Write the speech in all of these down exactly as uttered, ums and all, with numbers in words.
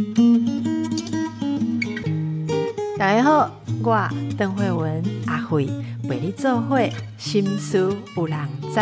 大家好，我邓惠文阿惠陪你做伙，心事有人知。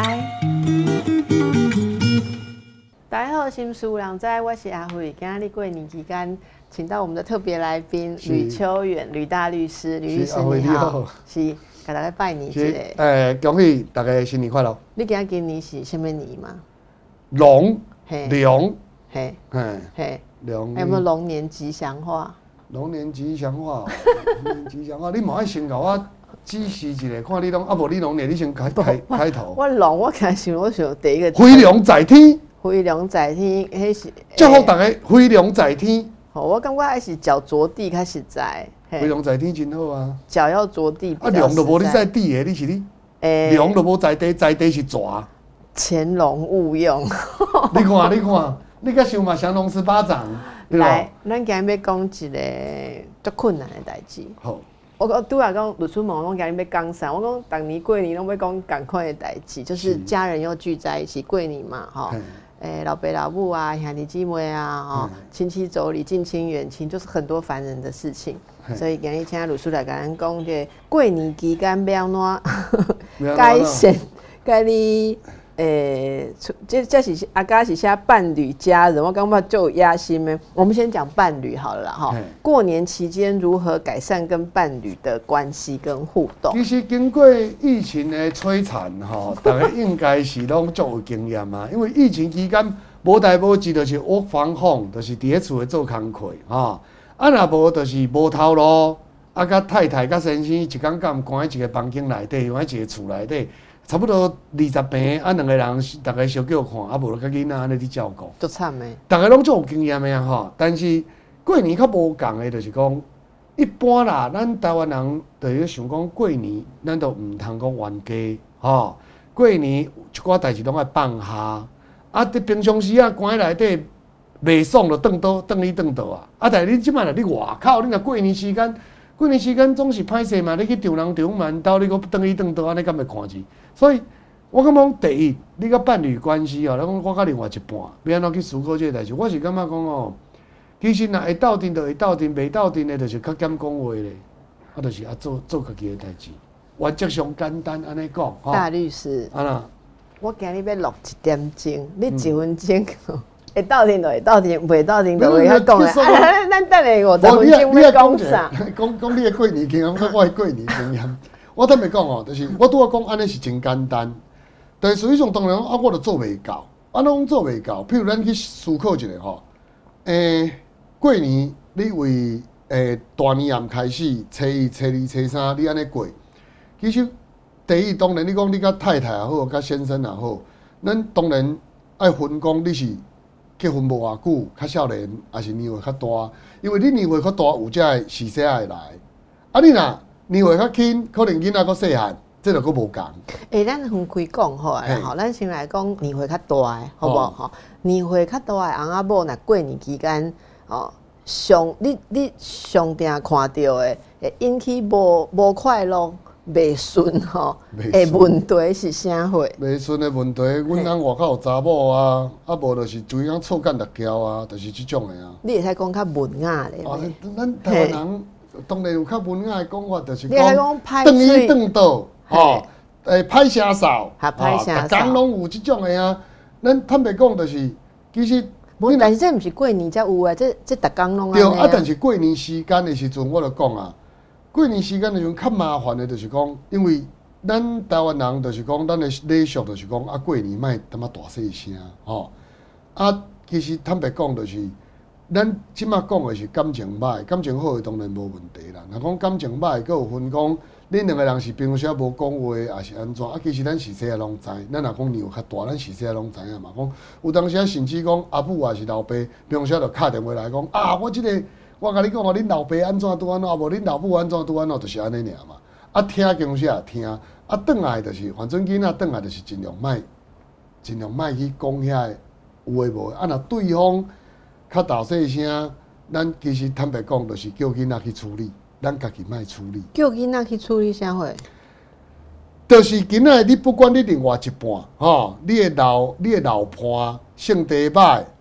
大家好，心事有人知，我是阿惠。今日过年期间，请到我们的特别来宾吕秋远吕大律师，吕律师你好，是给大家拜年一下。 诶，恭喜大家新年快乐！ 你今今年是什么年吗？ 龙，龙， 嘿，嘿， 龙。 有没有龙年吉祥话？ 龙年吉祥话，龙年吉祥话，你莫爱先甲我指示一下，看你拢啊无你龙年，你先开开开头。 我龙，我开始我想第一个。 飞龙在天。 飞龙在天，迄是。 祝福大家飞龙在天。 哦，我感觉还是脚着地开始在。 飞龙在天真好啊。 脚要着地。 啊，龙都无你在地的，你是你。诶。龙都无在地，在地是蛇。 潜龙勿用。 你看，你看，你甲想嘛，降龙十八掌。 来，咱今日要讲一个足困难的代志。 好， 我我拄来讲，律师问我讲今日要讲啥？我讲逐年过年拢要讲同款的代志，就是家人又聚在一起过年嘛，吼。诶，老爸老母啊，兄弟姊妹啊，吼，亲戚妯娌、近亲远亲，就是很多烦人的事情。所以今日请律师来甲咱讲，这过年期间要安怎改善，甲你。诶，这这是阿嘉是写伴侣家人，我感觉就有压心的。我们先讲伴侣好了啦，哈。过年期间如何改善跟伴侣的关系跟互动？ 其实经过疫情的摧残，吼，大家应该是拢足有经验啊。因为疫情期间无代无志，就是窝房放，就是伫咧厝里做工课，吼。啊，若无就是无头路，啊，甲太太甲先生一工干关喺一个房间内底，关喺一个厝内底。差不多二十平，啊，两个人大家小叫看，啊，无就甲囡仔安尼伫照顾， 足惨的。 大家拢足有经验的啊，吼。但是过年较无共的，就是讲一般啦，咱台湾人就是想讲过年，咱都毋通讲冤家，吼。过年有一寡代志拢爱放下，啊，伫平常时啊，关喺内底袂爽就转倒，转去转倒啊。啊，但是你即摆若你外口，你若过年时间。过年时间总是歹势嘛，你去丈人丈母兜，你搁转去转倒，安尼敢会看字？所以，我感觉第一，你甲伴侣关系哦，咱讲我甲另外一半，要安怎去思考这个代志？我是感觉讲哦，其实若会斗阵就会斗阵，袂斗阵的，就是较减讲话咧，啊，就是啊做做家己的代志。原则上简单安尼讲。 大律师， 啊啦， 我今日要录一点钟，你一分钟。会斗阵就会斗阵，袂斗阵就袂晓讲啦。咱等下五十分钟要讲啥？ 讲讲你的过年经验，我的过年经验。我坦白讲哦，就是我拄仔讲安尼是真简单，但是实际上当然啊，我著做袂到，啊，拢做袂到。譬如咱去思考一下吼，诶、欸，过年你为诶、欸、大年夜开始，初一、初二、初三，你安尼过，其实第一当然你讲你甲太太也好，甲先生也好，咱当然爱分讲你是。结婚无偌久，较少年，还是年岁较大，因为你年岁较大，有才会时势会来。啊，你若年岁较轻，可能囡仔较细汉，这就佫无共。 诶、欸，咱分开讲好啊，吼，咱先来讲年岁较大诶，好无吼、哦？年岁较大诶翁仔某，若过年期间，哦，上你你上定看到诶，会引起无无快乐。袂顺吼，诶，问题是啥货？ 袂顺的问题，阮翁外口有查某啊，啊无就是规工臭干六条啊，就是即种的啊。 你会使讲较文雅咧？ 啊，咱台湾人当然有较文雅的讲法，就是讲转伊转倒，吼，诶，歹声扫， 哈，歹声扫， 逐工拢有即种的啊。咱坦白讲，就是其实， 但是这毋是过年才有啊，这这逐工拢对啊，但是过年时间的时阵，我就讲啊。过年时间的时阵较麻烦的，就是讲，因为咱台湾人就是讲，咱的礼俗就是讲，啊过年莫他妈大细声，吼、哦。啊，其实坦白讲，就是咱即马讲的是感情歹，感情好的当然无问题啦。若讲感情歹，佫有分讲，恁两个人是平时啊无讲话，还是安怎？啊，其实咱时势也拢知，咱若讲年较大，咱时势也拢知影嘛。讲有当时啊，甚至讲阿母还是老爸，平时就敲电话来讲，啊，我即、這个。我甲你讲哦，恁老爸安怎拄安怎，无恁老母安怎拄安怎，就是安尼尔嘛。啊，听公司也听，啊，转来就是，反正囡仔转来就是尽量莫，尽量莫去讲遐有诶无诶。啊，若对方较大细声，咱其实坦白讲，就是叫囡仔去处理，咱家己莫处理。 叫囡仔去处理啥货？ 就是囡仔，你不管你另外一半，吼、哦，你诶老，你诶老伴性地歹。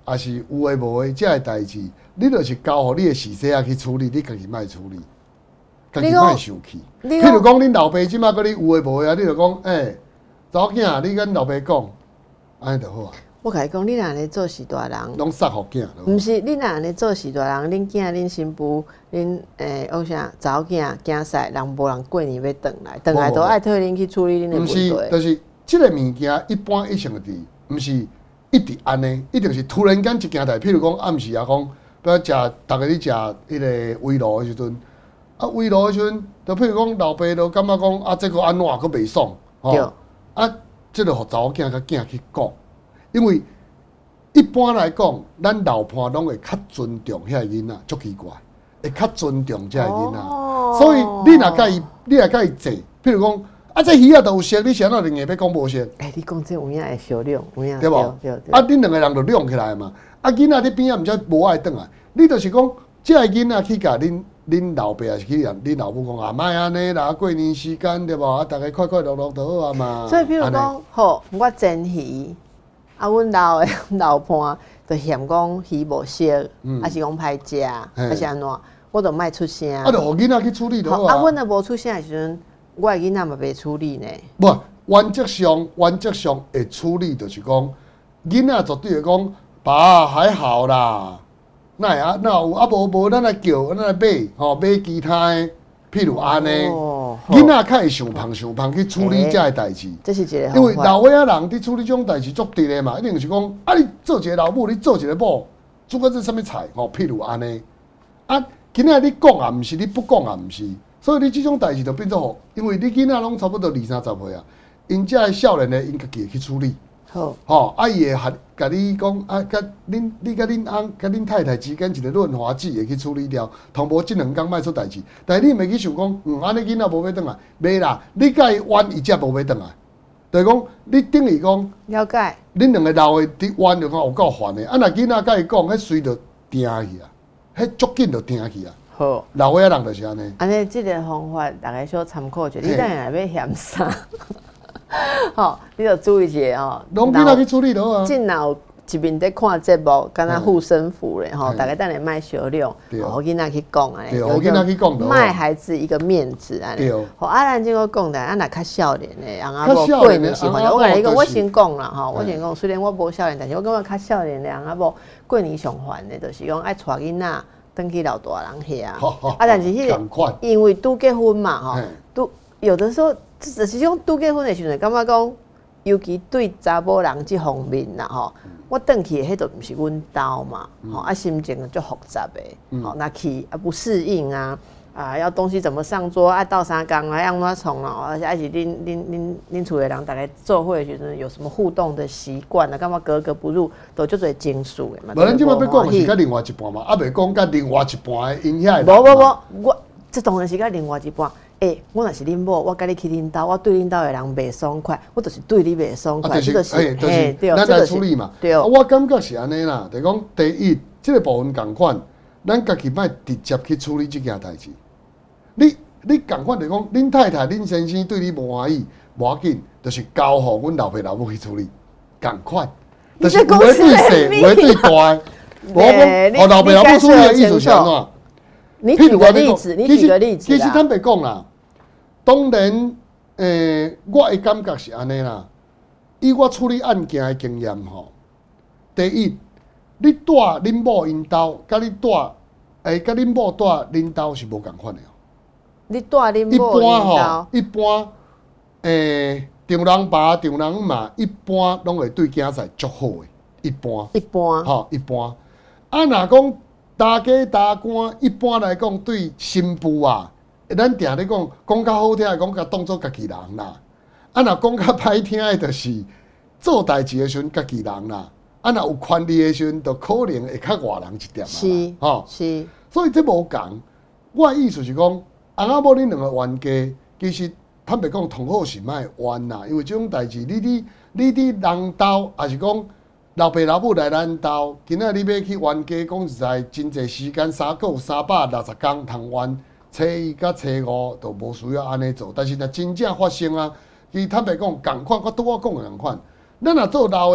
也是有诶无诶，这个代志，你就是交互你诶侍细仔去处理，你家己莫处理，家己莫生气。譬如讲，恁老爸即马搁你有诶无诶啊，你就讲，诶、欸，查某囝，你跟老爸讲，安尼就好啊。 我甲你讲，你若安尼做是大人， 拢杀互囝。 毋是，你若安尼做是大人，恁囝、恁新妇、恁诶，我啥查某囝、囝婿，人无人过年要转来，转来都爱替恁去处理恁诶问题。 毋是，就是即个物件，一般一向伫，毋是一直安尼，一定是突然间一件代，譬如讲暗时啊，讲比如食，逐个咧食迄个围炉诶时阵，啊围炉诶时阵，就譬如讲老爸就感觉讲啊，这个安怎佫袂爽，吼，啊，即个互查某囝甲囝去讲。因为一般来讲，咱老伴拢会较尊重遐个囡仔，足奇怪，会较尊重遮个囡仔。哦、所以你若甲伊，你若甲伊坐，譬如讲，啊，这鱼啊都有熟，你想到另下要讲无熟？ 哎、欸，你讲这有影会小量，有影对无？啊，恁两个人就亮起来嘛。啊，囡仔伫边仔毋则无爱转来，你就是讲，遮个囡仔去甲恁恁老爸，还是去甲恁老母讲啊，莫安尼啦，过年时间对无？啊，大家快快乐乐就好啊嘛。 所以，譬如讲，好，我煎鱼。啊，阮老诶老伴就嫌讲鱼无熟，嗯、还是讲歹食，还是安怎，我就莫出声。 啊，就互囡仔去处理就好啊。啊，阮若无出声诶时阵，我诶囡仔嘛袂处理呢。 无，原则上，原则上会处理，就是讲囡仔绝对会讲，爸还好啦，那啊那有啊无无，咱来叫，咱来买，吼买其他诶，譬如安尼。哦囡仔较会想芳想芳去处理遮个代志， 这是一个因为老岁仔人伫处理这种代志足直的嘛，一定是讲啊，你做一个老母，你做一个某，煮个这什么菜吼？譬如安尼，啊，今仔你讲也毋是，你不讲也毋是，所以你这种代志就变做，因为你囡仔拢差不多二三十岁啊，因遮个少年的因家己去处理，好，吼，啊伊会合甲你讲啊，甲恁你甲恁翁甲恁太太之间一个润滑剂会去处理掉，同无即两工莫出代志。但是你袂去想讲，嗯，安尼囡仔无要转来，袂啦，你甲伊冤，伊则无要转来。就是讲，你等于讲， 了解。 恁两个老的伫冤就讲有够烦的，啊，若囡仔甲伊讲，迄随着定去啊，迄足紧就定去啊。好，老岁仔人就是安尼。 安尼，即个方法大家小参考者，你等下要嫌啥？吼，你着注意一下哦。 拢囡仔去处理就好啊。 真若有一面在看节目，敢若护身符咧吼，大家等下卖小量，互囡仔去讲安尼。 对，互囡仔去讲就好。 卖孩子一个面子安尼。对。好，啊，咱即个讲的，啊，若较少年的，人啊无过年喜欢。我甲你讲，我先讲啦吼，我先讲，虽然我无少年，但是我感觉较少年的人啊无过年上烦的，就是讲爱带囡仔转去老大人遐。啊，但是迄个因为拄结婚嘛吼，拄有的时候。就是种拄结婚的时阵，感觉讲，尤其对查某人这方面啦吼，我转去迄都毋是阮兜嘛，吼、嗯、啊心情就复杂的，吼那去啊不适应啊，啊要东西怎么上桌，啊倒三工啊要怎创咯，而且还是恁恁恁恁厝的人大家做伙的时阵有什么互动的习惯啊，感觉格格不入，都足侪情绪的嘛。 无咱即摆要讲是甲另外一半嘛，啊袂讲甲另外一半的因遐。 无无无，我这当然是甲另外一半。诶、欸，我若是恁某，我甲你去恁兜，我对恁兜的人袂爽快，我就是对你袂爽快，这、啊、就是， 嘿、就是，咱来处理嘛。对、啊，我感觉是安尼啦，就是讲第一，这个部分共款，咱家己莫直接去处理这件代志。你你共款就是讲，恁太太、恁先生对你无欢喜，无要紧，就是交互阮老爸老母去处理，共款。就是有诶对小，有诶对大。无讲，互老爸老母处理的意思是安怎？ 你举个例子，你举个例子其实坦白讲啦，当然，诶、欸，我的感觉是安尼啦。以我处理案件的经验吼，第一，你带恁某因兜，甲你带，诶，甲恁某带恁兜是无共款的哦。 你带恁某因兜， 一般，诶，丈人爸、丈人妈，一般拢会对囝婿足好的，一般。 一般。 吼，一般。啊，若讲。大家大官一般来讲，对新妇啊，咱定咧讲，讲较好听的讲，甲当做家己人啦。啊，若讲较歹听的，就是做代志的时阵家己人啦。啊，若有权利的时阵，就可能会较外人一点嘛。 是，吼，是。 所以这无共。我的意思是讲，翁仔某恁两个冤家，其实坦白讲，同好是莫冤啦，因为这种代志，你伫你伫人兜，还是讲。老爸老母来咱兜，今仔日要去冤家，讲实在真侪时间，三个三百六十工通冤，初一甲初五都无需要安尼做。但是若真正发生啊，伊坦白讲，共款，我拄我讲的共款。咱若做老的，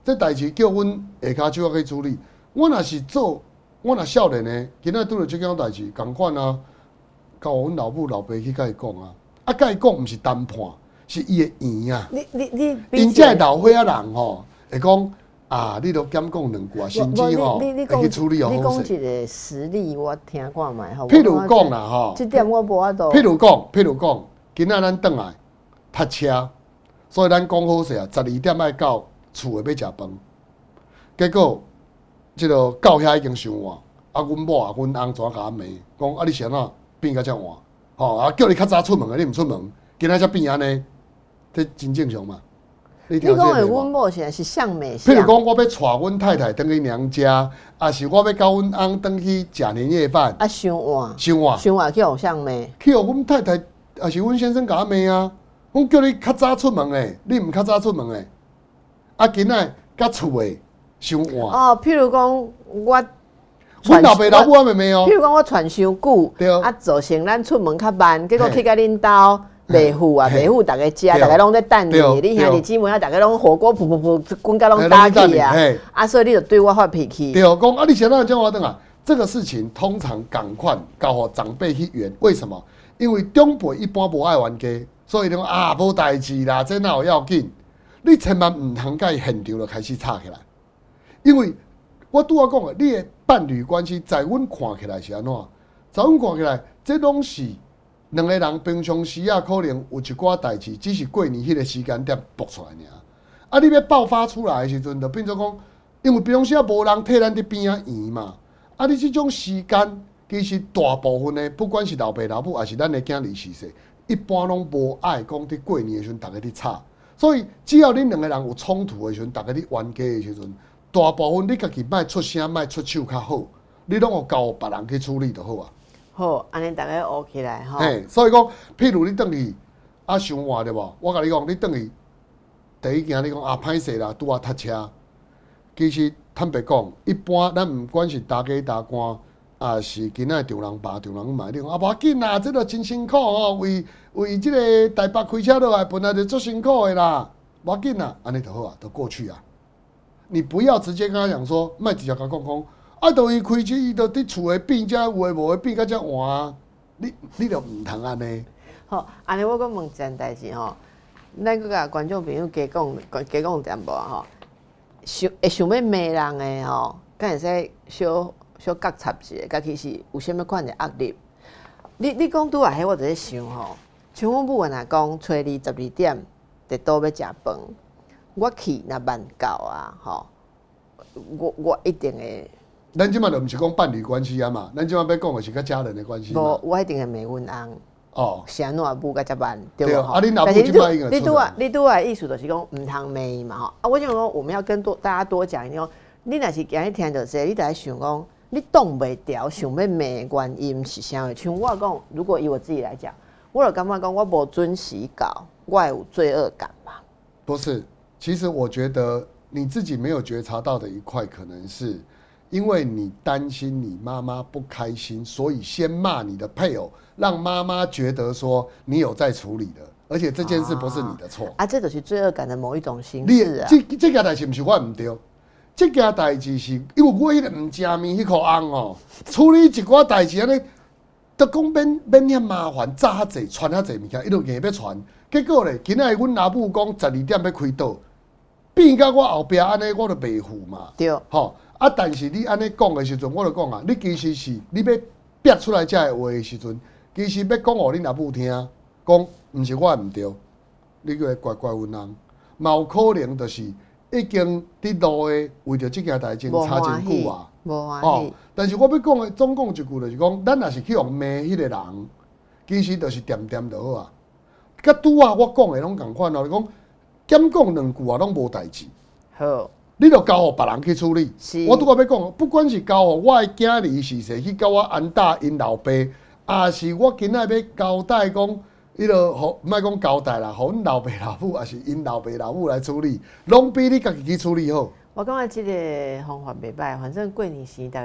这代志叫阮下骹手去处理。我若是做，我若少年的，今仔拄着即件代志，共款啊，交阮老母老爸去甲伊讲啊，啊，甲伊讲毋是谈判，是伊的圆啊。 你你你， 因这老岁仔人吼，会讲啊，你都减讲两句，甚至吼会去处理好势。 你讲一个实例，我听看卖吼。 譬如讲啦吼， 这点我无法度。 譬如讲，譬如讲，今仔咱转来读车，所以咱讲好势啊，十二点爱到厝诶要食饭，结果。即个到遐已经伤晚，啊，阮某啊，阮翁怎甲我骂，讲啊，你是安怎变甲遮晚？吼啊，叫你较早出门诶，你毋出门，今仔才变安尼，这真正常嘛？ 你讲诶，阮某现在是向美向。 譬如讲，我要带阮太太登去娘家，啊，是我要交阮翁登去食年夜饭， 啊，伤晚， 伤晚， 伤晚去互向美， 去互阮太太，啊是阮先生甲我骂啊，阮叫你较早出门诶，你毋较早出门诶，啊，今仔甲厝诶。伤晚哦，譬如讲我， 阮老爸老母我妹妹哦。 譬如讲我传伤久，啊，造成咱出门较慢，结果去甲恁兜袂赴啊，袂赴，大家食，大家拢在等你，你兄弟姊妹啊，大家拢火锅噗噗噗，滚甲拢打起啊，啊，所以你就对我发脾气。 对，讲啊，你现在叫我等啊，这个事情通常赶快交互长辈去圆，为什么？因为长辈一般无爱冤家，所以讲啊，无代志啦，这哪有要紧？你千万唔通甲伊现场就开始吵起来。因为我拄仔讲的，你的伴侣关系在阮看起来是安怎？在阮看起来，这拢是两个人平常时啊，可能有一寡代志，只是过年迄个时间点爆出来尔。啊，你要爆发出来的时阵，就变做讲，因为平常时啊无人替咱伫边仔圆嘛。啊，你即种时间，其实大部分的，不管是老爸老母，还是咱的囝儿逝世，一般拢无爱讲伫过年的时阵，大家伫吵。所以只要恁两个人有冲突的时阵，大家伫冤家的时阵。大部分你家己莫出声，莫出手较好，你拢有交别人去处理就好啊。 好，安尼大家学起来吼。 嘿，所以讲，譬如你转去啊伤晚对无？我甲你讲，你转去第一件你讲啊歹势啦，拄啊塞车。其实坦白讲，一般咱毋管是大家大官，啊是今仔丈人爸丈人妈，你讲啊无要紧啦，这个真辛苦哦，为为即个台北开车落来，本来就足辛苦的啦，无要紧啦，安尼就好啊，就过去啊。你不要直接跟他讲说，卖直接甲讲讲，啊，等伊开车，伊就伫厝诶变，遮有诶无诶变，甲遮换啊，你你就毋通安尼。 好，安尼我讲问一件代志吼，咱搁甲观众朋友加讲加讲点无吼，想会想要骂人诶吼，敢会使小小觉察一下，家己是有啥物款诶压力？你你讲拄啊，迄我就咧想吼，像阮母若讲，初二十二点伫倒要食饭。我去若慢到啊，吼，我我一定会。 咱即马就毋是讲伴侣关系啊嘛，咱即马要讲的是甲家人的关系嘛。 无，我一定会骂阮翁。哦。是安怎母甲遮慢，对无？ 啊，恁老母即摆应该你拄啊，你拄啊意思就是讲毋通骂伊嘛吼。啊，我就讲我们要跟多大家多讲一点，你若是今日听到这，你就来想讲，你挡袂牢想要骂的原因是啥物？像我讲，如果以我自己来讲，我就感觉讲我无准时到，我会有罪恶感嘛。 不是。其实我觉得你自己没有觉察到的一块，可能是因为你担心你妈妈不开心，所以先骂你的配偶，让妈妈觉得说你有在处理的，而且这件事不是你的错。 啊，这就是罪恶感的某一种形式啊。 这这件代志不是我唔对，这件代志是因为我迄个唔食面迄颗翁哦，处理一寡代志安尼，都讲免免遐麻烦，炸遐济，传遐济物件，伊就硬要传。结果咧，今仔阮阿母讲十二点要开刀。变到我后壁安尼，我就袂赴嘛。 对。 吼啊！但是你安尼讲的时阵，我就讲啊，你其实是你要逼出来这个话的时阵，其实要讲互恁阿母听，讲毋是我毋对，你个乖乖阮翁，嘛有可能就是已经伫路的为着即件代志差真久啊。 无欢喜。哦， 但是我要讲的总讲一句就是讲，咱若是去用骂迄个人，其实就是点点就好啊。甲拄啊，我讲的拢共款哦，你讲。减讲两句啊，拢无代志。 好， 你就交互别人去处理。 是。 我拄仔要讲，不管是交互我的囝儿逝世去交我安搭因老爸，也是我今仔要交代讲，迄个互莫讲交代啦，互阮老爸老母，也是因老爸老母来处理，拢比你家己去处理好。 我感觉即个方法袂歹，反正过年时大家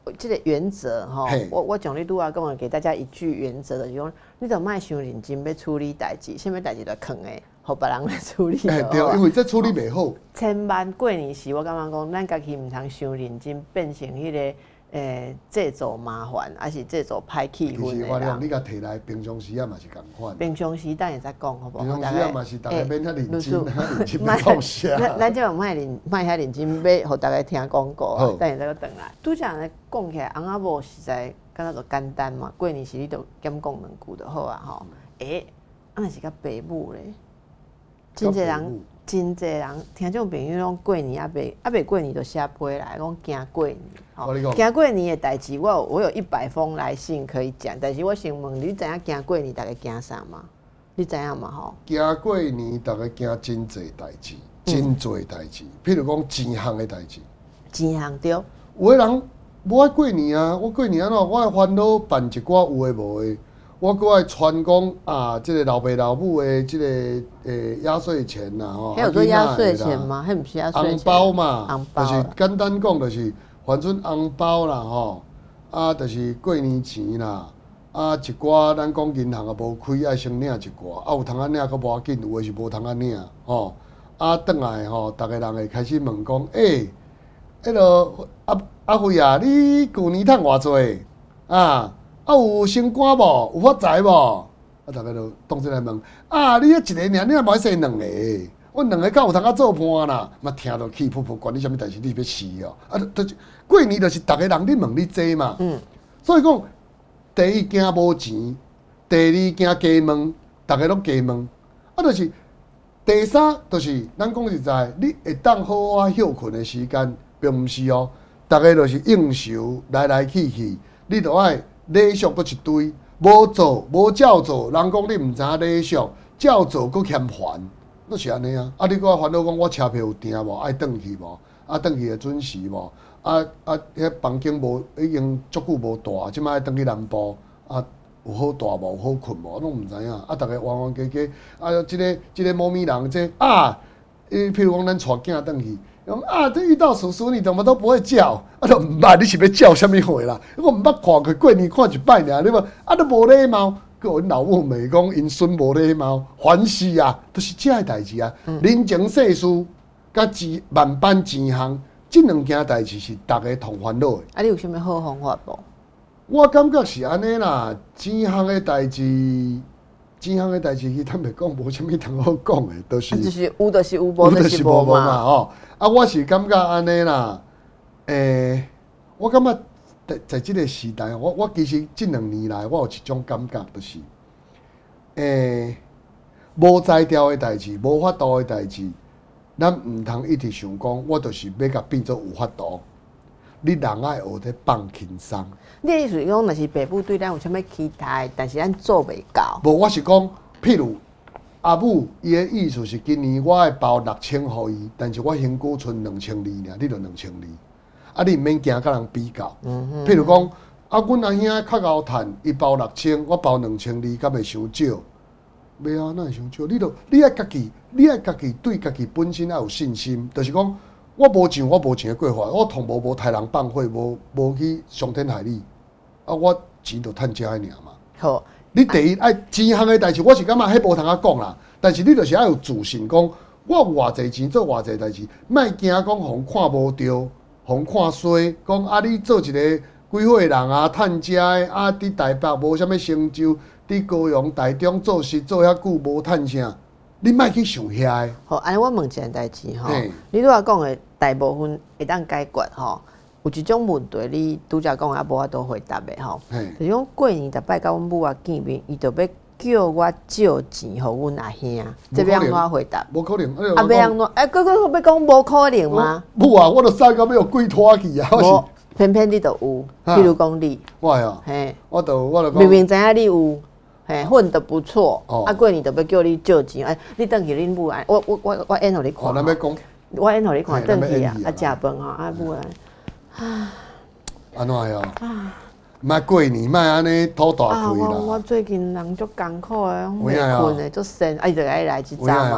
这个原则哈，我我讲你拄啊，跟我给大家一句原则的，就是讲你都卖伤认真要处理代志，什么代志都坑诶，互别人来处理。 哎、对，因为这处理袂好。 千万过年时，我感觉讲，咱家己唔通伤认真，变成迄、那个诶制造麻烦，还是制造歹气氛的啦。你甲摕来平常时啊嘛是共款。 平常时等下再讲，好不好？ 平常时啊嘛是大家免遐认真，遐认真要讲啥？ 咱咱即嘛莫认，莫遐认真，要互大家听广告啊。等下再个转来。拄则来讲起来，翁仔某实在敢若就简单嘛。过年时你就减讲两句就好啊吼。诶，啊若是甲爸母咧，真侪人。真侪人听众朋友拢过年啊未啊未过年就写批来讲惊过年，吼惊过年的代志，我有我有一百封来信可以讲，但是我先问你，知影惊过年大概惊啥吗？你知影嘛吼？ 惊过年大概惊真侪代志，真侪代志，譬如讲钱项的代志。 钱项对。有的人无爱过年啊，我过年安怎？我爱烦恼办一寡有诶无诶。我搁爱传讲啊，即、这个老爸老母的即、这个诶压岁钱呐，吼。 还有做压岁钱吗？还毋是压岁钱。 红包嘛， 红包就是简单讲，就是反正红包啦，吼，啊，就是过年钱啦，啊，一寡咱讲银行也无开，爱先领一寡，啊，有通啊领，佫无要紧，有诶是无通啊领，吼，啊，转来吼，逐个人会开始问讲，诶、欸，迄落阿阿辉啊，你旧年趁偌济啊？啊，有升官无？有发财无？啊，大家就当作来问。啊，你迄一个尔，你也无爱生两个？我两个敢有通啊做伴啦？嘛听到气噗噗，管你啥物代志，你要死哦！啊，就是过年就是逐个人你问你这嘛。嗯。所以讲，第一惊无钱，第二惊加问，逐个拢加问。啊，就是第三，就是咱讲实在，你会当好好休困的时间，并毋是哦。逐个就是应酬来来去去，你着爱。礼俗搁一堆，无做无照做，人讲你毋知影礼俗，照做搁嫌烦，都是安尼啊！啊，你搁烦恼讲我车票有订无？爱转去无？啊，转去会准时无？啊啊，迄房间无已经足久无大，即摆爱转去南部，啊，有好大无？有好困无？拢毋知影。啊，逐个冤冤家家，啊，即、这个即、这个猫咪人这啊，诶，譬如讲咱带囝转去。啊！这遇到叔叔你怎么都不会叫？啊，都唔捌你是要叫什么货啦？我唔捌看过过年看一摆尔，你无啊都无礼貌。个阮老母骂讲因孙无礼貌，烦死啊！都、就是这个代志啊。嗯、人情世事，甲钱万般钱项，这两件代志是大家同烦恼的。 啊，你有啥物好方法无？ 我感觉是安尼啦，钱项的代志。钱项的代志，伊坦白讲，无啥物通好讲的，都、就是。 啊，就是有就是有，无就是无嘛。 吼，啊，我是感觉安尼啦。诶、欸，我感觉在在即个时代，我我其实即两年来，我有一种感觉，就是诶、欸，无才调的代志，无法度的代志，咱毋通一直想讲，我就是要甲变做有法度。你人爱学得放轻松。 你意思是讲，若是爸母对咱有啥物期待，但是咱做袂到。 无，我是讲，譬如阿母，伊的意思是今年我爱包六千互伊，但是我身躯剩两千二尔，你就两千二。啊，你毋免惊甲人比较。嗯嗯。譬如讲，啊，阮阿兄较敖趁，伊包六千，我包两千二，敢会伤少？袂啊，哪会伤少？你著你爱家己，你爱家己对家己本身要有信心，就是讲。我无钱，我无钱的过法，我从无无杀人放火，无无去伤天害理，啊，我钱就趁遮个尔嘛。 好， 你第一爱钱项的代志，我是感觉迄无通啊讲啦。但是你就是爱有自信，讲我有偌济钱做偌济代志，莫惊讲互看无着，互看衰，讲啊你做一个几岁人啊，趁遮的啊，伫台北无啥物成就，伫高雄、台中做事做遐久无趁啥。你莫去想遐个。 好，安尼我问一件代志吼，你拄仔讲的大部分会当解决吼，有一种问题你拄则讲啊无法度回答的吼，就是讲过年逐摆甲阮母啊见面，伊就要叫我借钱互阮阿兄，这要安怎回答？ 无可能， 啊，要安怎？哎，哥哥要讲无可能吗？ 母啊，我都三到要有鬼拖去啊！ 无，偏偏你都有，譬如讲你， 我呀， 嘿， 我都我都明明知影你有。嘿，混得不错，哦、啊，过年就要叫你借钱，哎，你等去恁母啊，我我我我演互你看， 哦，咱要讲， 我演互你看，等去啊，啊，食饭吼，啊，母啊， 啊，安怎哟？莫过年，莫安尼吐大气啦。 我我最近人足艰苦诶，袂困诶，足神，啊，伊就来来一招嘛吼。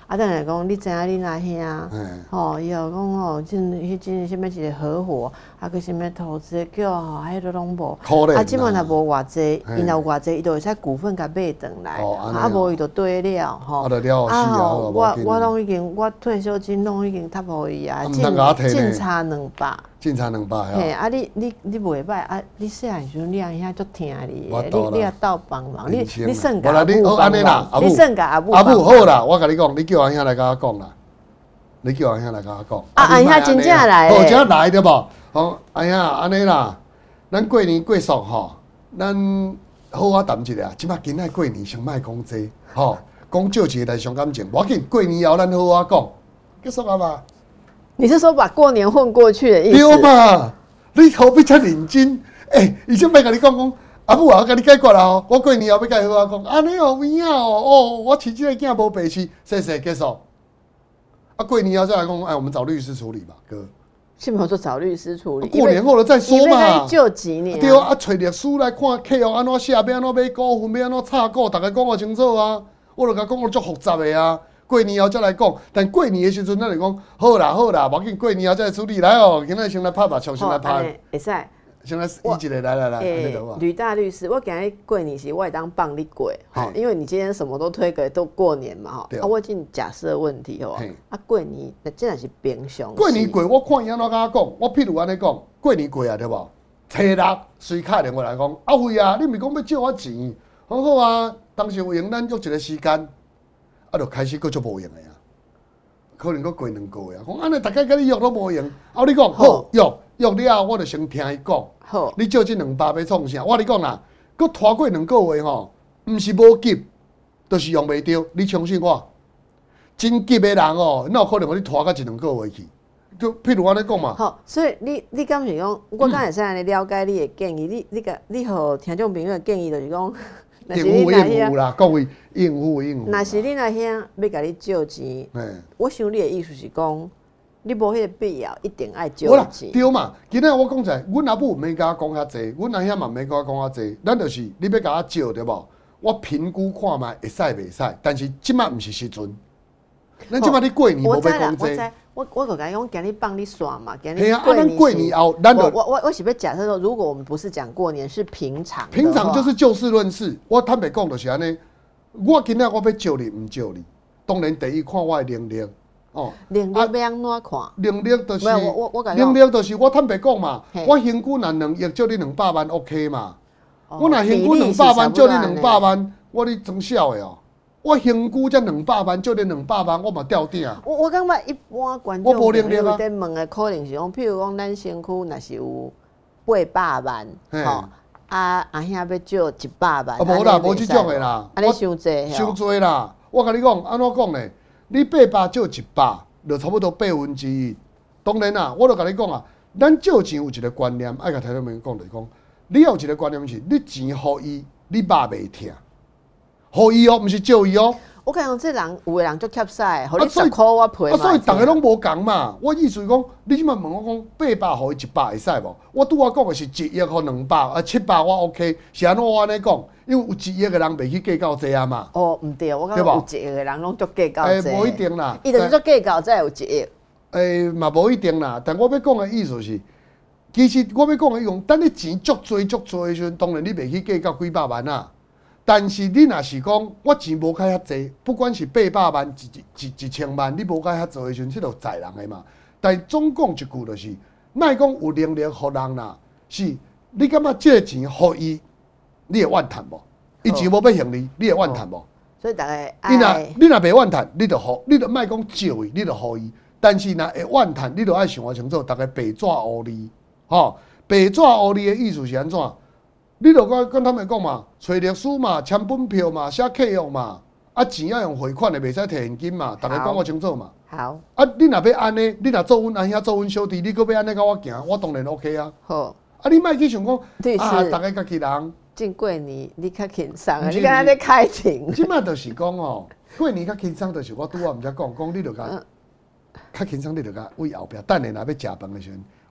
啊，等下讲你知影恁阿兄，吼，伊又讲吼，真迄真啥物一个合伙，啊，个啥物投资叫吼，迄个拢无。啊，即满若无偌济，因若有偌济，伊就会使股份甲买转来，啊，无伊就对了，吼。啊吼，我我拢已经，我退休金拢已经贴互伊啊，净净差两百。 净差两百呀。 嘿，啊，你你你袂歹啊，你细汉时阵你阿兄足疼你的，你你也斗帮忙，你你算甲阿母帮忙，你算甲阿母。 阿母好啦，我甲你讲，你叫阿兄来甲我讲啦，你叫阿兄来甲我讲。 啊，阿兄真正来诶，好，真来对无？好，阿兄安尼啦，咱过年过俗吼，咱好啊谈一下，即摆今仔过年先莫讲这，吼，讲少一个来伤感情，无要紧，过年后咱好啊讲，结束啊嘛。 你是说把过年混过去的意思？ 对嘛，你何必遮认真？诶，以前莫甲你讲讲。阿母啊，我甲你解决啦吼，我过年后要甲好啊讲，安尼哦，有影哦，哦，我饲即个囝无白饲，谢谢结束。啊，过年后再来讲，哎，我们找律师处理吧，哥。 是没有说找律师处理， 过年后了再说嘛。 就几年。 对啊，啊，找律师来看客户安怎写，要安怎买股份，要安怎炒股，大家讲个清楚啊。我就甲讲个足复杂的啊。过年后再来讲，但过年的时阵，咱就讲好啦好啦，无紧过年后再来处理来哦。今仔先来拍吧，重新来拍。 会使。 先来一一个来来来， 诶，吕大律师，我今日过年时我会当帮你过，吼，因为你今天什么都推给都过年嘛，吼，啊，我今假设问题吼，啊，过年那真系是平常。 过年过，我看伊安怎甲我讲，我譬如安尼讲，过年过啊，对无？初六随敲电话来讲，阿辉啊，你毋是讲要借我钱？好好啊，当时有闲，咱约一个时间，啊，就开始佫足无用的啊，可能佫过两个月啊，讲安尼，大家甲你约都无用，啊，你讲好约。约了，我就先听伊讲。好，你借这两百要创啥？我你讲啦，佮拖过两个月吼，毋是无急，就是用袂着。你相信我，真急的人哦，哪有可能互你拖到一两个月去？就譬如我咧讲嘛。 好，所以你你敢是讲，我敢会使安尼了解你的建议？你你个你互听众朋友的建议就是讲， 应付应付啦，各位应付应付。 若是你那兄要甲你借钱，我想你的意思是讲。你无迄个必要，一定爱借钱。 对嘛？今仔我讲者，阮阿母毋免甲我讲遐济，阮阿兄嘛毋免甲我讲遐济。咱就是你要甲我借对无？我评估看卖会使袂使，但是即摆毋是时阵。咱即摆你过年无要讲济。 我我就甲讲，今日放你耍嘛，今日过年。过年后，咱就我我我是要假设说，如果我们不是讲过年，是平常。 平常就是就事论事。我坦白讲就是安尼。我今仔我要借你，毋借你。当然第一看我的能力。 哦，能力要安怎看？ 能力就是， 我我我能力就是我坦白讲嘛，我身躯若两亿借你两百万 OK 嘛？我若身躯两百万借你两百万，我你装笑的哦。我身躯才两百万借你两百万，我嘛吊顶。 我我感觉一般观众朋友在问的可能是讲，譬如讲咱身躯若是有八百万，吼，啊阿兄要借一百万，啊无啦，无即种的啦， 安尼伤济， 伤济啦。我甲你讲，安怎讲呢？你八百借一百，就差不多八分之一。当然啦，我就甲你讲啊，咱借钱有一个观念，爱甲台中民讲就是讲，你有一个观念是，你钱互伊，你肉袂疼，互伊哦，毋是借伊哦。 我讲这人有个人足欠屎，互你十箍我赔嘛。 啊，所以大家拢无共嘛。我意思是讲，你即摆问我讲八百互伊一百会使无？我拄我讲的是一亿互两百，啊七百我 OK。是安怎我安尼讲？因为有一亿个人袂去计较这啊嘛。 哦，毋对，我感觉有一亿个人拢足计较这。 诶，无一定啦。 伊就是足计较才有一亿。 诶，嘛无一定啦。但我要讲的意思是，其实我要讲的伊讲，等你钱足多足多的时阵，当然你袂去计较几百万啊。但是你若是讲，我钱无开遐济，不管是八百万、一一一千万，你无开遐济的时阵，这就在人的嘛。但总讲一句就是，莫讲有能力互人啦，是你感觉这个钱互伊，你会怨叹无？伊钱无要还你，你会怨叹无？ 所以大家， 你若你若袂怨叹，你就互，你就莫讲借伊，你就互伊。但是若会怨叹，你就爱想清楚，大家白纸黑字，吼，白纸黑字的意思是安怎？你著跟跟他们讲嘛，找律师嘛，签本票嘛，写契约嘛，啊钱要用汇款的，袂使摕现金嘛，大家讲我清楚嘛。 好。 啊，你若要安尼，你若做阮阿兄，做阮小弟，你搁要安尼甲我行，我当然 OK 啊。 好。 啊，你莫去想讲啊，大家家己人。 进过年你较轻松啊，你敢若咧开庭。 即摆就是讲哦，过年较轻松，就是我拄仔毋则讲，讲你著甲较轻松，你著甲为后壁等下若要食饭的时阵，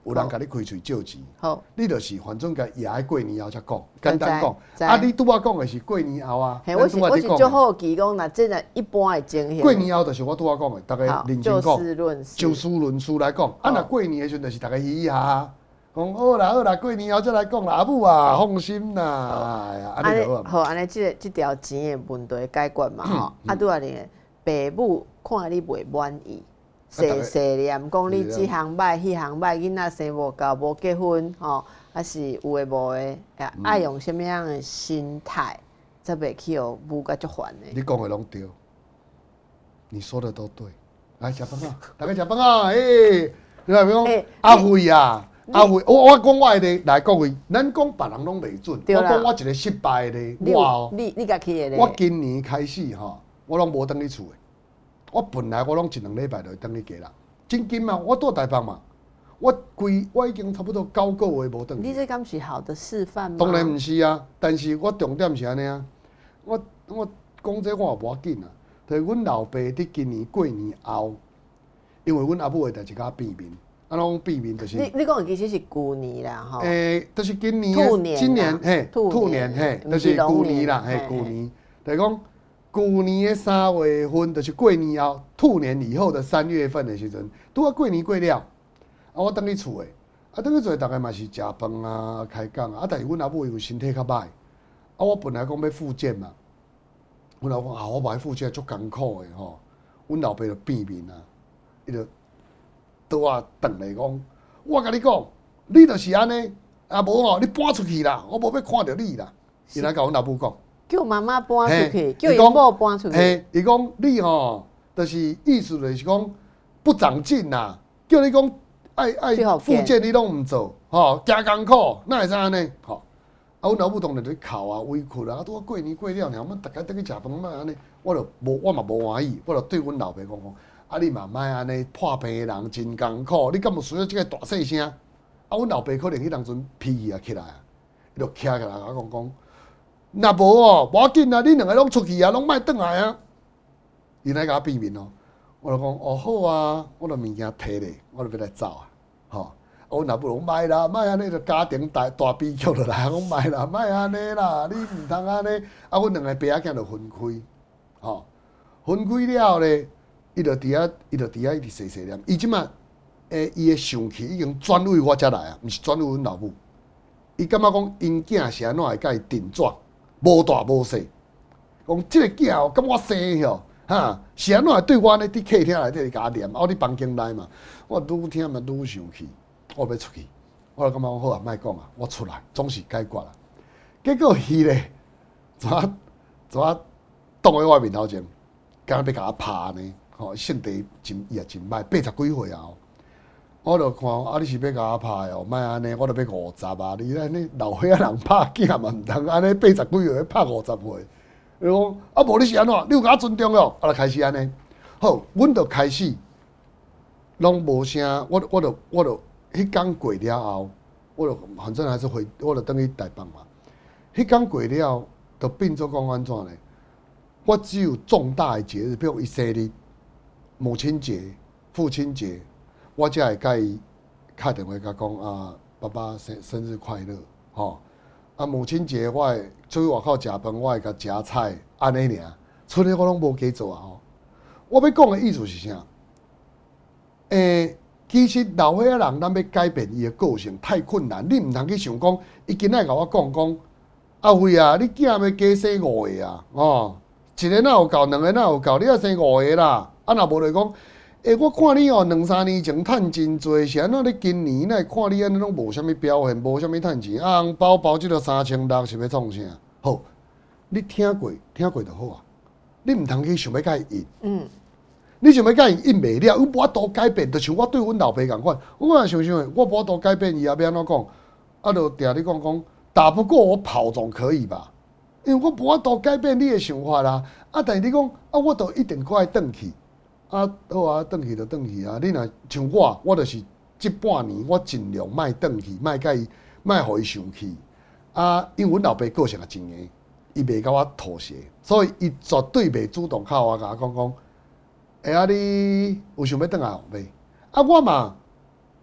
有人甲你开喙借钱， 好， 你就是反正甲也爱过年后才讲，简单知讲。啊，你拄仔讲的是过年后啊， 嘿，我是我是足好奇讲，那这个一般的情形。 过年后就是我拄仔讲的，大家认真讲， 就事论事， 就事论事来讲。啊，若过年的时阵，就是大家嘻嘻哈哈，讲好啦好啦，过年后再来讲啦，阿母啊，放心啦，哎呀，安尼就好。 好，安尼即个即条钱的问题解决嘛吼。啊，拄啊呢，爸母看你袂满意。细细念讲你即项歹，迄项歹，囡仔生无到，无结婚吼，还是有诶无诶，爱用什么样的心态，才袂去互母甲足烦的。 你讲的拢对，你说的都对。来食饭啊，大家食饭啊，诶，你话讲阿辉啊，阿辉，我我讲我的来各位，咱讲别人拢袂准，我讲我一个失败的，我哦， 你你家去的我今年开始吼，我拢无等去厝的。我本来我拢一两礼拜就会等去家啦，真紧嘛，我住台北嘛，我规我已经差不多九个月无等去。 你这敢是好的示范吗？ 当然毋是啊，但是我重点是安尼啊，我我讲这我也无要紧啊，就是阮老爸伫今年过年后，因为阮阿母的代志甲变面，啊拢变面就是。 你你讲的其实是旧年啦，吼。 诶，就是今年兔年， 今年嘿， 兔年嘿，就是旧年啦，嘿，旧年，就是讲。旧年的三月份，就是过年后，兔年以后的三月份的时阵，拄啊过年过了，啊我等去厝诶，啊等去厝大概嘛是食饭啊、开讲啊，啊但是阮阿母因为身体较歹，啊我本来讲要复健嘛，阮老公啊我买复健足艰苦诶吼，阮老爸就变面啊，伊就倒啊转来讲，我甲你讲，你就是安尼，啊无吼你搬出去啦，我无要看到你啦，伊来甲阮阿母讲。 叫妈妈搬出去，叫因某搬出去。 嘿，伊讲你吼，就是意思就是讲不长进啦，叫你讲爱爱复健你拢毋做，吼，加艰苦，哪会使安尼？吼，啊，阮老母当然就哭啊、委屈啊，啊，拄啊过年过了，然后我们大家等去食饭嘛安尼，我就无我嘛无欢喜，我就对阮老爸讲讲，啊，你嘛莫安尼破病的人真艰苦，你敢有需要即个大细声？啊，阮老爸可能迄当阵脾气也起来啊，伊就徛起来甲我讲讲。若无哦，无要紧啊！你两个拢出去啊，拢莫转来啊！伊来甲我变面哦，我就讲哦好啊，我著物件摕咧，我著要来走啊，吼！我若不拢莫啦，莫安尼著家庭大大悲剧落来，讲莫啦，莫安尼啦，你毋通安尼。啊，阮两个爸仔囝著分开，吼，分开了咧，伊著伫遐，伊著伫遐一直细细念。伊即马诶，伊诶生气已经转为我遮来啊，毋是转为阮老母。伊感觉讲因囝是安怎会甲伊顶撞？无大无细，讲即个囝哦，敢我生吼，哈，是安怎会对我呢？伫客厅内底甲我念，啊，我伫房间内嘛，我愈听嘛愈生气，我要出去，我就感觉好啊，莫讲啊，我出来总是解决啦。结果伊咧，怎怎挡喺我面头前，敢要甲我拍呢？吼，性地真也真歹，八十几岁啊！我就看啊，你是要甲我拍哦？莫安尼，我都要五十啊！你安尼老岁仔人拍囝嘛，毋通安尼八十几岁拍五十岁。伊讲啊，无你是安怎？你有甲我尊重哦？啊，就开始安尼。好，阮就开始拢无声。我我就我就迄天过了后，我就反正还是回，我就等去台北嘛。迄天过了，就变做讲安怎呢？我只有重大的节日，比如伊生日、母亲节、父亲节。我才会甲伊打电话甲讲啊，爸爸生生日快乐，吼！啊，母亲节我会出去外口食饭，我会甲夹菜，安尼尔。剩的我拢无加做啊！吼！我要讲的意思是啥？诶、欸，其实老岁仔人咱要改变伊的个性太困难，你毋通去想讲，伊今仔甲我讲讲，阿辉啊，你囝要加生五个啊，哦，一个哪有够，两个哪有够，你要生五个啦！啊，若无就讲。诶、欸，我看你哦，两三年前趁真多，是安怎？你今年来看你安尼拢无啥物表现，无啥物趁钱，啊，红包包即个三千六是要创啥？好，你听过听过就好啊。你毋通去想要甲伊应，嗯，你想要甲伊应袂了，我无法度改变，就像我对阮老爸共款。我也想想，我无法度改变伊也要安怎讲？啊，就定你讲讲，打不过我跑总可以吧？因为我无法度改变你的想法啦。啊，但是你讲啊，我都一定可爱转去。啊，好啊，转去就转去啊！你若像我，我就是即半年，我尽量莫转去，莫甲伊，莫互伊生气。啊，因为阮老爸个性也真硬，伊袂甲我妥协，所以伊绝对袂主动靠我甲我讲讲，哎啊，你有想要转来后袂？啊，我嘛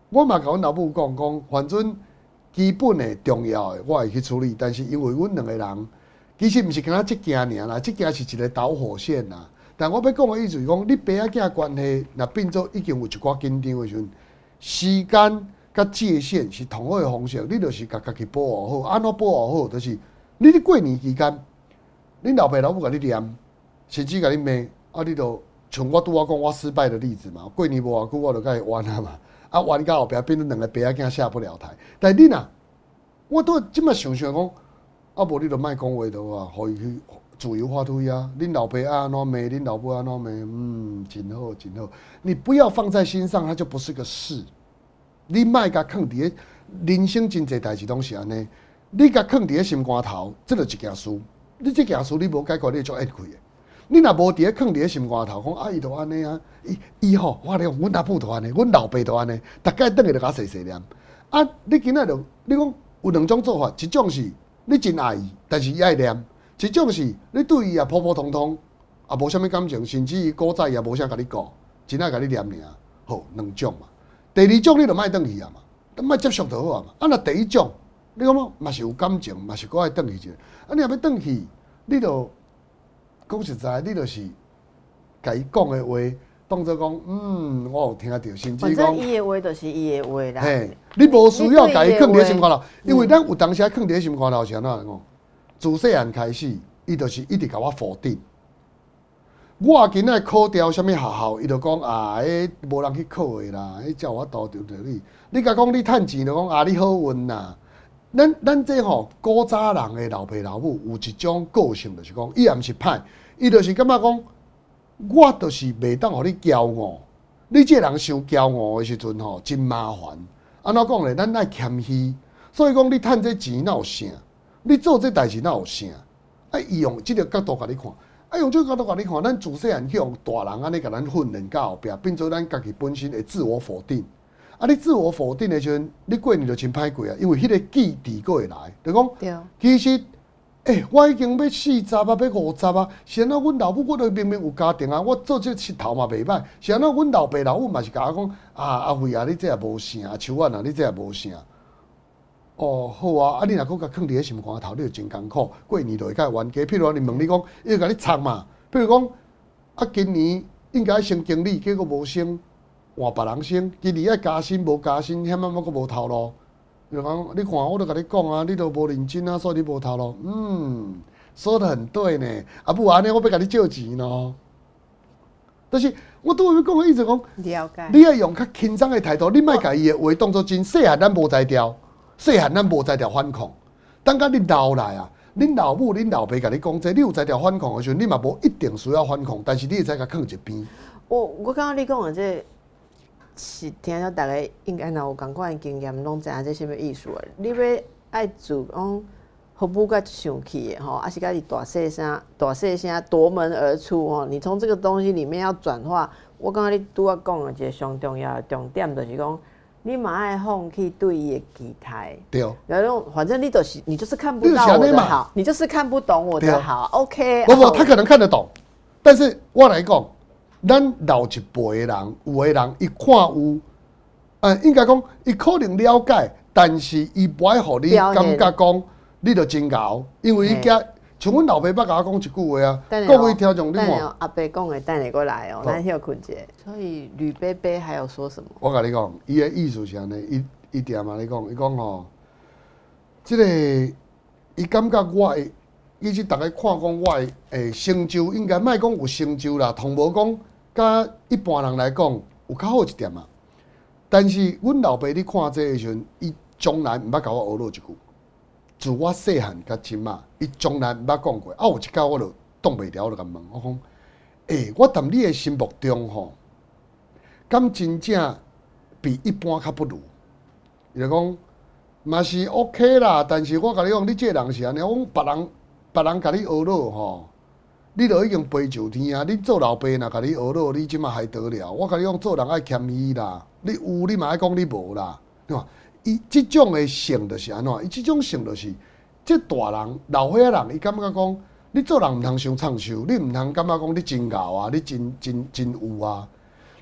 我嘛甲阮老母讲讲，反正基本的重要的我会去处理，但是因为阮两个人其实毋是干那即件尔啦，即件是一个导火线啦。但我要讲的意思是讲，你爸仔囝关系若变做已经有一寡紧张的时阵，时间甲界限是同好的方式，你就是甲家己保护好，安怎保护好，就是你伫过年期间，恁老爸老母甲你念，甚至甲你骂，啊，你就像我拄仔讲我失败的例子嘛，过年无偌久我就甲伊冤啊嘛，啊冤到后壁变做两个爸仔囝下不了台。但你若，我都即摆想想讲，啊无你就莫讲话就啊，互伊去。自由发挥啊！恁老爸安怎骂，恁老母安怎骂，嗯，真好真好。你不要放在心上，它就不是个事。你莫甲放伫咧人生真侪代志拢是安尼，你甲放伫咧心肝头，这就一件事。你这件事你无解决，你就会亏的。你若无伫咧放伫咧心肝头，讲啊伊就安尼啊，伊伊吼，我咧讲，阮阿母就安尼，阮老爸就安尼，逐摆等下就甲细细念。啊，你今仔就你讲有两种做法，一种是你真爱伊，但是伊爱念。一种是你对伊也普普通通，也无啥物感情，甚至伊古早也无啥甲你讲，真爱甲你念尔。好，两种嘛。第二种你就莫转去啊嘛，莫接受就好啊嘛。啊，若第一种，你讲么嘛是有感情，嘛是搁爱转去者。啊，你若要转去，你就讲实在，你就是甲伊讲的话，当作讲，嗯，我有听到，甚至讲， 反正伊的话就是伊的话啦。 嘿，你无需要甲伊放伫咧心肝头，因为咱有当时放伫咧心肝头是安怎讲？自细汉开始，伊就是一直甲我否定。我今仔考调什物学校，伊就讲啊，迄无人去考的啦，迄叫我倒着着你。你甲讲你趁钱，就讲啊，你好运啦。咱咱这吼古早人的老爸老母有一种个性，就是讲伊也毋是歹，伊就是感觉讲，我就是袂当互你骄傲。你这人伤骄傲的时阵吼，真麻烦。安怎讲咧？咱爱谦虚，所以讲你趁这钱哪有啥？你做这代志哪有啥？啊，伊用即个角度甲你看，啊，用即个角度甲你看，咱自细汉去用大人安尼甲咱训练到后壁，变做咱家己本身的自我否定。啊，你自我否定的时阵，你过年就真歹过啊，因为迄个记忆佫会来，就讲，其实，诶、欸，我已经要四十啊，要五十啊，是安怎阮老母我都明明有家庭啊，我做这佚头嘛袂歹，是安怎阮老爸老母嘛是甲我讲，啊阿辉啊，你这也无啥，秋婉啊，你这也无啥。哦，好啊！啊，你若搁甲放伫咧心肝头，你就真艰苦。过年就会甲冤家。譬如讲，你问你讲，伊就甲你插嘛。譬如讲，啊，今年应该升经理，结果无升，换别人升。今年爱加薪，无加薪，险么么搁无头路。就讲，你看，我都甲你讲啊，你都无认真啊，所以你无头路。嗯，说得很对呢。啊，不安尼，我要甲你借钱咯。但是我拄要讲的意思讲， 了解。 你要用较轻松的态度，你莫甲伊的话当作真。细汉咱无才调。细汉咱无才调反抗，等到你老来啊，恁老母、恁老爸甲你讲这，你有才调反抗的时候，你嘛无一定需要反抗，但是你会使甲放一边。 我我感觉你讲的这是听到大家应该若有共款的经验，拢知影这什么意思啊？你要爱做讲服务甲上去的吼，还是甲你大细声、大细声夺门而出吼？你从这个东西里面要转化，我感觉你拄仔讲的一个上重要的重点就是讲。你嘛爱放弃对伊的期待， 对， 然后反正你就是你就是看不到我的好，你就是看不懂我的好 ，OK？ 不不，他可能看得懂，但是我来讲，咱老一辈的人，有的人伊看有，呃，应该讲伊可能了解，但是伊不爱互你感觉讲，你就真牛，因为伊家像阮老爸捌甲我讲一句话啊，各位听众你看， 阿伯讲的等下过来哦，咱休困者。所以吕伯伯还有说什么？ 我甲你讲，伊的意思是安尼，伊伊点嘛，你讲，伊讲吼，即个伊感觉我的，伊是逐个看讲我的诶成就，应该莫讲有成就啦，同无讲，甲一般人来讲有较好一点嘛。但是阮老爸你看这个时阵，伊从来毋捌甲我学落一句。自我细汉甲今仔，伊从来毋捌讲过。啊，有一摆我就挡袂牢，我就甲问我讲：诶、欸，我伫你的心目中吼，敢真正比一般较不如？伊就讲嘛是 OK 啦，但是我甲你讲，你这个人是安尼，我讲别人别人甲你学落吼，你就已经飞上天啊！你做老爸若甲你学落，你即马还得了？我甲你讲，做人爱谦虚啦，你有你嘛爱讲你无啦，对吧？伊即种的性就是安怎？伊即种性就是，即大人老岁仔人，伊感觉讲，你做人毋通伤创收，你毋通感觉讲你真牛啊，你真真真有啊。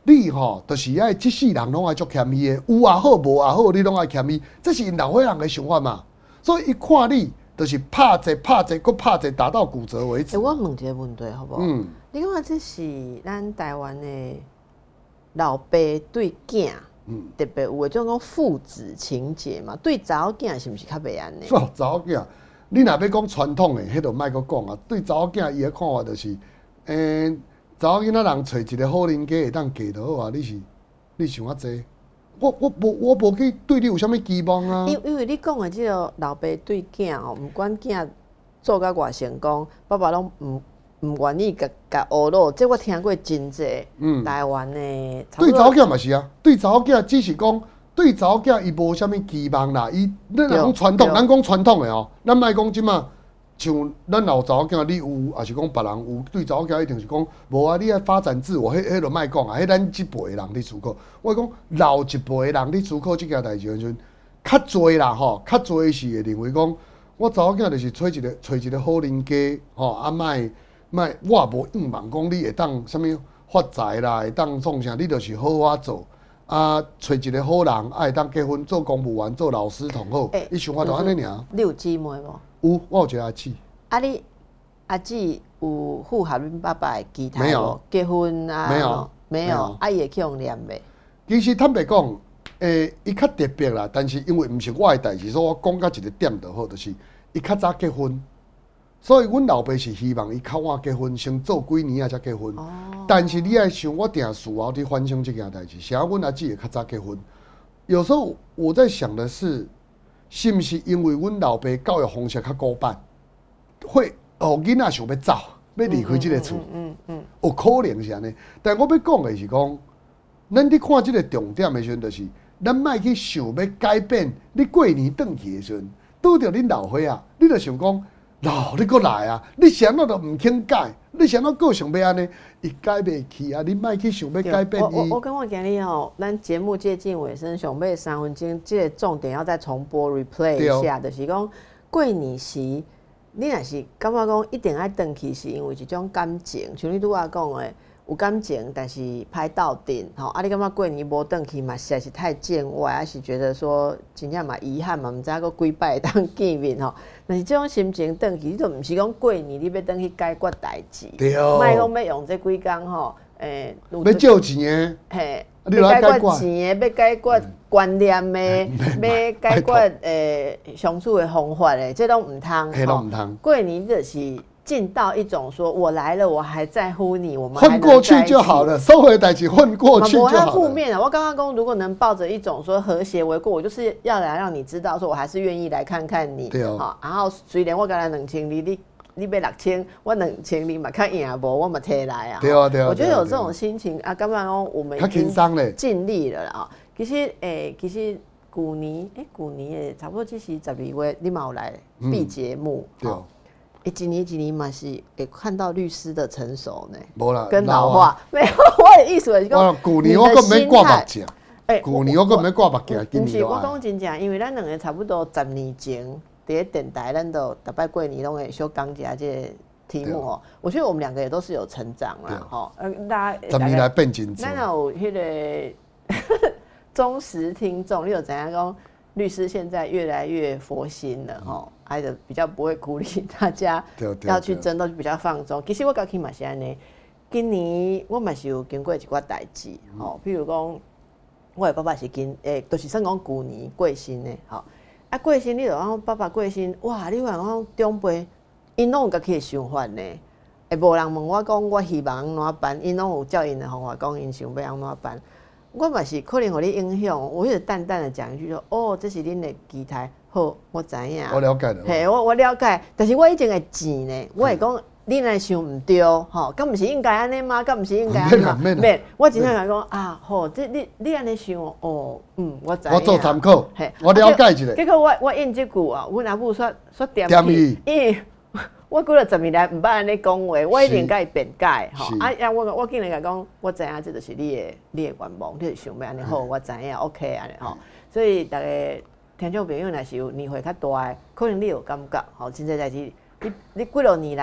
你吼，就是爱即世人拢爱足谦虚的，有也好，无也好，你拢爱谦虚，这是因老岁人的想法嘛。所以一看你，就是拍者拍者，搁拍者，打到骨折为止。 欸、我问一个问题，好不好？嗯，你看这是咱台湾的老爸对囝，嗯，特别有诶种讲父子情节嘛，对查某囝是毋是较袂安尼？ 哦，查某囝，你若要讲传统的，迄就莫阁讲啊。对查某囝伊的看法就是，诶、欸。查某囡仔人找一个好邻居会当嫁就好啊！你是你想啊济？我我无我无去对你有啥物期望啊？ 因因为你讲的即个老爸对囝哦，毋管囝做甲偌成功，爸爸拢毋毋愿意甲甲学落，这我听过真济。嗯，台湾的对查某囝嘛是啊，对查某囝只是讲对查某囝伊无啥物期望啦。伊咱讲传统，咱讲传统的哦，咱莫讲即嘛。像咱老查某囝，你有，还是讲别人有？对查某囝一定是讲，无啊！你爱发展自我，迄迄就莫讲啊！迄咱即辈的人伫思考。我讲老一辈的人伫思考即件代志时阵，较侪啦吼，较侪是会认为讲，我查某囝就是找一个找一个好邻居吼，啊莫莫，我也无硬望讲你会当啥物发财啦，会当创啥，你就是好好做。啊，找一个好人，爱当结婚，做公务员，做老师同好。伊、欸、想法就安尼尔。 你有姊妹无？ 有，我有一个阿姊。 啊，你阿姊有符合恁爸爸的期待没有？ 结婚啊？ 没有， 没有。啊，伊会去用念袂？ 其实坦白讲，诶，伊较特别啦，但是因为毋是我的代志，所以我讲到一个点就好，就是伊较早结婚。所以，阮老爸是希望伊较晚结婚，先做几年啊才结婚。哦、但是你爱想，我定事后去反省这件代志，啥阮阿姊会较早结婚？有时候我在想的是，是毋是因为阮老爸教育方式较古板，会哦囡仔想要走，要离开这个厝？嗯嗯嗯，有可能是安尼。但我要讲的是讲，咱伫看这个重点的时阵，就是咱莫去想要改变。你过年转去的时阵，拄着恁老岁啊，你就想讲。老，你搁来啊！你想到都唔肯改，你想到个想要安尼，伊改袂去啊！你莫去想要改变伊。 我我我跟我今日吼，咱节目接近尾声，上尾三分钟，这个重点要再重播 replay 一下，就是讲过年时，你若是感觉讲一定爱转去，是因为一种感情，像你拄仔讲的。有感情，但是歹斗阵吼。啊，你感觉过年无转去嘛，实在是太见外，还是觉得说真正嘛遗憾嘛，毋知影几摆会当见面吼。但是这种心情转去，你就毋是讲过年你要转去解决代志，莫讲要用这几工吼，诶， 要借钱的， 嘿，要解决钱的，要解决观念的，要解决诶相处的方法的，这拢毋通， 嘿，拢毋通。 过年就是。进到一种说，我来了，我还在乎你，我们混过去就好了，收回代志混过去就好了。 我负面啊，我刚刚讲，如果能抱着一种说和谐为过，我就是要来让你知道，说我还是愿意来看看你。 对哦。 好，然后虽然我刚才两千二，你你买六千，我两千二嘛看赢无，我嘛摕来啊。 对啊对啊。 我觉得有这种心情啊，刚刚我们已经尽力了啊。其实诶、欸，其实去年诶，去年诶，差不多只是十二月，你嘛有来闭节目。 对。 欸、一年一年嘛是会看到律师的成熟呢， 无啦， 跟老化、啊、没有，我的意思是讲， 去年我根本没挂目镜，哎，去年我根本没挂目镜， 不是我讲真正，因为咱两个差不多十年前伫电台，咱都逐摆过年拢会小讲一下这个题目哦。我觉得我们两个也都是有成长啦，吼，呃，大家十年来变真多。 咱有迄个忠实听众，你有怎样讲？律师现在越来越佛心了，吼、嗯。还是比较不会鼓励大家要去争斗，比较放纵。其实我家己嘛是安尼，今年我嘛是有经过一寡代志，吼、嗯，比如讲，我的爸爸是今诶，都、欸就是算讲旧年过身的，吼。啊，过身你就讲爸爸过身，哇，你讲讲长辈，因拢有家己的想法呢，会无人问我讲我希望安怎办，因拢有照因的方法讲因想要安怎办。我嘛是可能互你影响，我一直淡淡的讲一句说，哦，这是恁的期待。好，我知影。 我了解了。 嘿，我我了解，但是我以前会钱呢，我会讲你若想唔对，吼，咁唔是应该安尼吗？咁唔是应该安尼吗？免，我真正讲讲啊，好，这你你安尼想，哦，嗯，我知影。 我做参考，嘿，我了解一下。 结果我我应这句啊，阮阿母说说点伊，因为我过了十年来唔捌安尼讲话，我一定甲伊辩解，吼。啊啊，我我竟然甲讲，我知影这就是你的你的愿望，你想要安尼好，我知影 ，OK 安尼吼。所以大家。听众朋友，若是有年岁较大的，可能你有感觉，吼，真侪代志，你你几落年来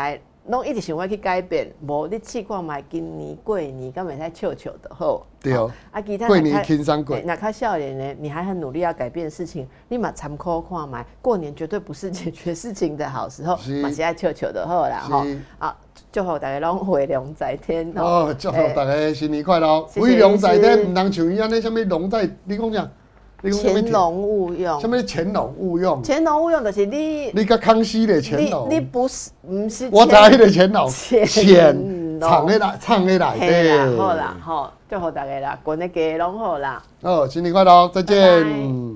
拢一直想要去改变，无你试看卖今年过年，敢袂使笑笑就好。 对哦。 啊，其他过年轻松过。 那较少年呢，你还很努力要改变事情，你嘛参考看卖，过年绝对不是解决事情的好时候，嘛是爱笑笑就好啦吼。啊，祝福大家拢回龙在天哦！祝福大家新年快乐！回龙在天，唔通像伊安尼，什么龙在？你讲啥？ 潜龙勿用。 什么潜龙勿用？ 潜龙勿用就是你。 你甲康熙的潜龙。 你不是，不是。 我知迄个潜龙。 潜藏喺内，藏喺内底。 好啦，好，祝福大家啦，过年家拢好啦。 哦，新年快乐，再见。